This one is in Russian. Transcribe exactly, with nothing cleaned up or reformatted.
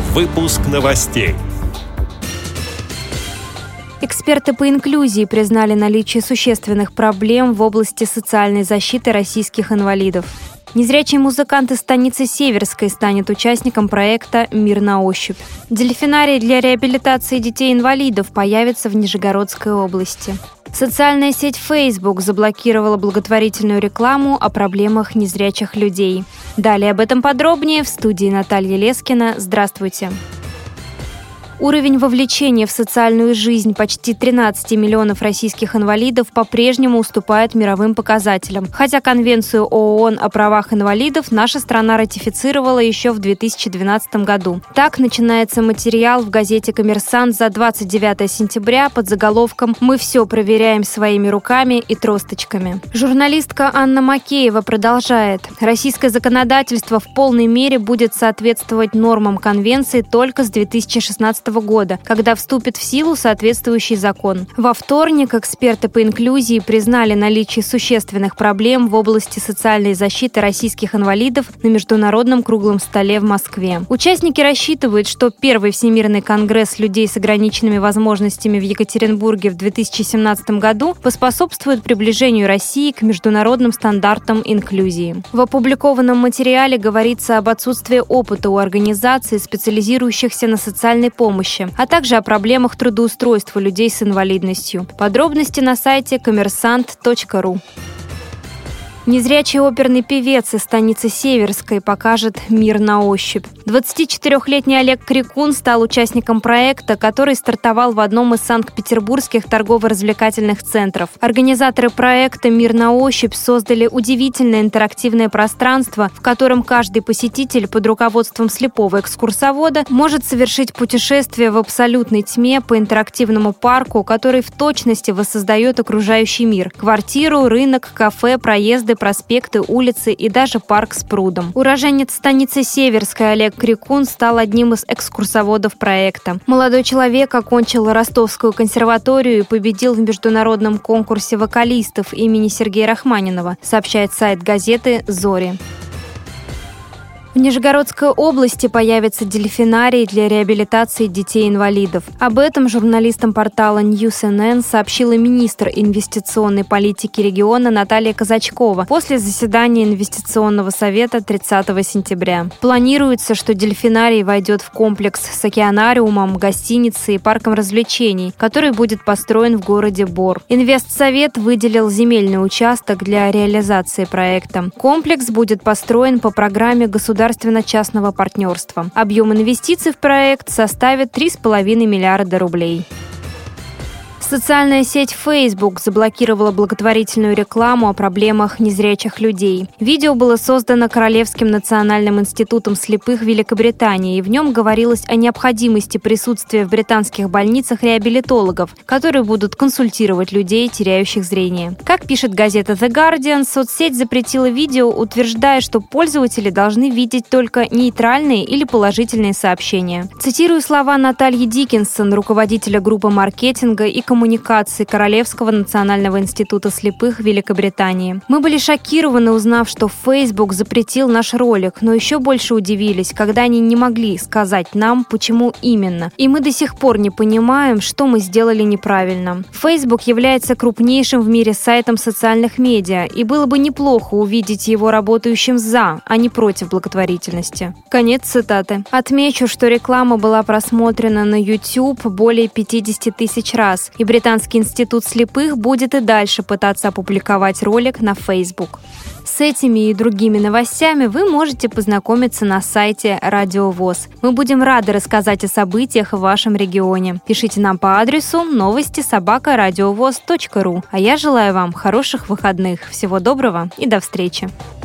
Выпуск новостей. Эксперты по инклюзии признали наличие существенных проблем в области социальной защиты российских инвалидов. Незрячий музыкант из станицы Северской станет участником проекта «Мир на ощупь». Дельфинарий для реабилитации детей-инвалидов появится в Нижегородской области. Социальная сеть Facebook заблокировала благотворительную рекламу о проблемах незрячих людей. Далее об этом подробнее в студии Наталья Лескина. Здравствуйте. Уровень вовлечения в социальную жизнь почти тринадцати миллионов российских инвалидов по-прежнему уступает мировым показателям. Хотя Конвенцию ООН о правах инвалидов наша страна ратифицировала еще в две тысячи двенадцатом году. Так начинается материал в газете «Коммерсант» за двадцать девятое сентября под заголовком «Мы все проверяем своими руками и тросточками». Журналистка Анна Макеева продолжает. Российское законодательство в полной мере будет соответствовать нормам Конвенции только с две тысячи шестнадцатого года, когда вступит в силу соответствующий закон. Во вторник эксперты по инклюзии признали наличие существенных проблем в области социальной защиты российских инвалидов на Международном круглом столе в Москве. Участники рассчитывают, что первый Всемирный конгресс людей с ограниченными возможностями в Екатеринбурге в две тысячи семнадцатом году поспособствует приближению России к международным стандартам инклюзии. В опубликованном материале говорится об отсутствии опыта у организаций, специализирующихся на социальной помощи, а также о проблемах трудоустройства людей с инвалидностью. Подробности на сайте коммерсант точка ру. Незрячий оперный певец из станицы Северской покажет «Мир на ощупь». двадцатичетырёхлетний Олег Крикун стал участником проекта, который стартовал в одном из санкт-петербургских торгово-развлекательных центров. Организаторы проекта «Мир на ощупь» создали удивительное интерактивное пространство, в котором каждый посетитель под руководством слепого экскурсовода может совершить путешествие в абсолютной тьме по интерактивному парку, который в точности воссоздает окружающий мир – квартиру, рынок, кафе, проезды, проспекты, улицы и даже парк с прудом. Уроженец станицы Северской Олег Крикун стал одним из экскурсоводов проекта. Молодой человек окончил Ростовскую консерваторию и победил в международном конкурсе вокалистов имени Сергея Рахманинова, сообщает сайт газеты «Зори». В Нижегородской области появится дельфинарий для реабилитации детей-инвалидов. Об этом журналистам портала Ньюс эн эн сообщила министр инвестиционной политики региона Наталья Казачкова после заседания инвестиционного совета тридцатого сентября. Планируется, что дельфинарий войдет в комплекс с океанариумом, гостиницей и парком развлечений, который будет построен в городе Бор. Инвестсовет выделил земельный участок для реализации проекта. Комплекс будет построен по программе государственного государственно-частного партнерства. Объем инвестиций в проект составит три с половиной миллиарда рублей. Социальная сеть Facebook заблокировала благотворительную рекламу о проблемах незрячих людей. Видео было создано Королевским национальным институтом слепых Великобритании, и в нем говорилось о необходимости присутствия в британских больницах реабилитологов, которые будут консультировать людей, теряющих зрение. Как пишет газета The Guardian, соцсеть запретила видео, утверждая, что пользователи должны видеть только нейтральные или положительные сообщения. Цитирую слова Натальи Диккенсон, руководителя группы маркетинга и коммуникации коммуникации Королевского национального института слепых Великобритании. Мы были шокированы, узнав, что Facebook запретил наш ролик, но еще больше удивились, когда они не могли сказать нам, почему именно. И мы до сих пор не понимаем, что мы сделали неправильно. Facebook является крупнейшим в мире сайтом социальных медиа, и было бы неплохо увидеть его работающим за, а не против благотворительности. Конец цитаты. Отмечу, что реклама была просмотрена на YouTube более пятьдесят тысяч раз, и Британский институт слепых будет и дальше пытаться опубликовать ролик на Facebook. С этими и другими новостями вы можете познакомиться на сайте Радио ВОС. Мы будем рады рассказать о событиях в вашем регионе. Пишите нам по адресу новости собака радиовос точка ру. А я желаю вам хороших выходных. Всего доброго и до встречи.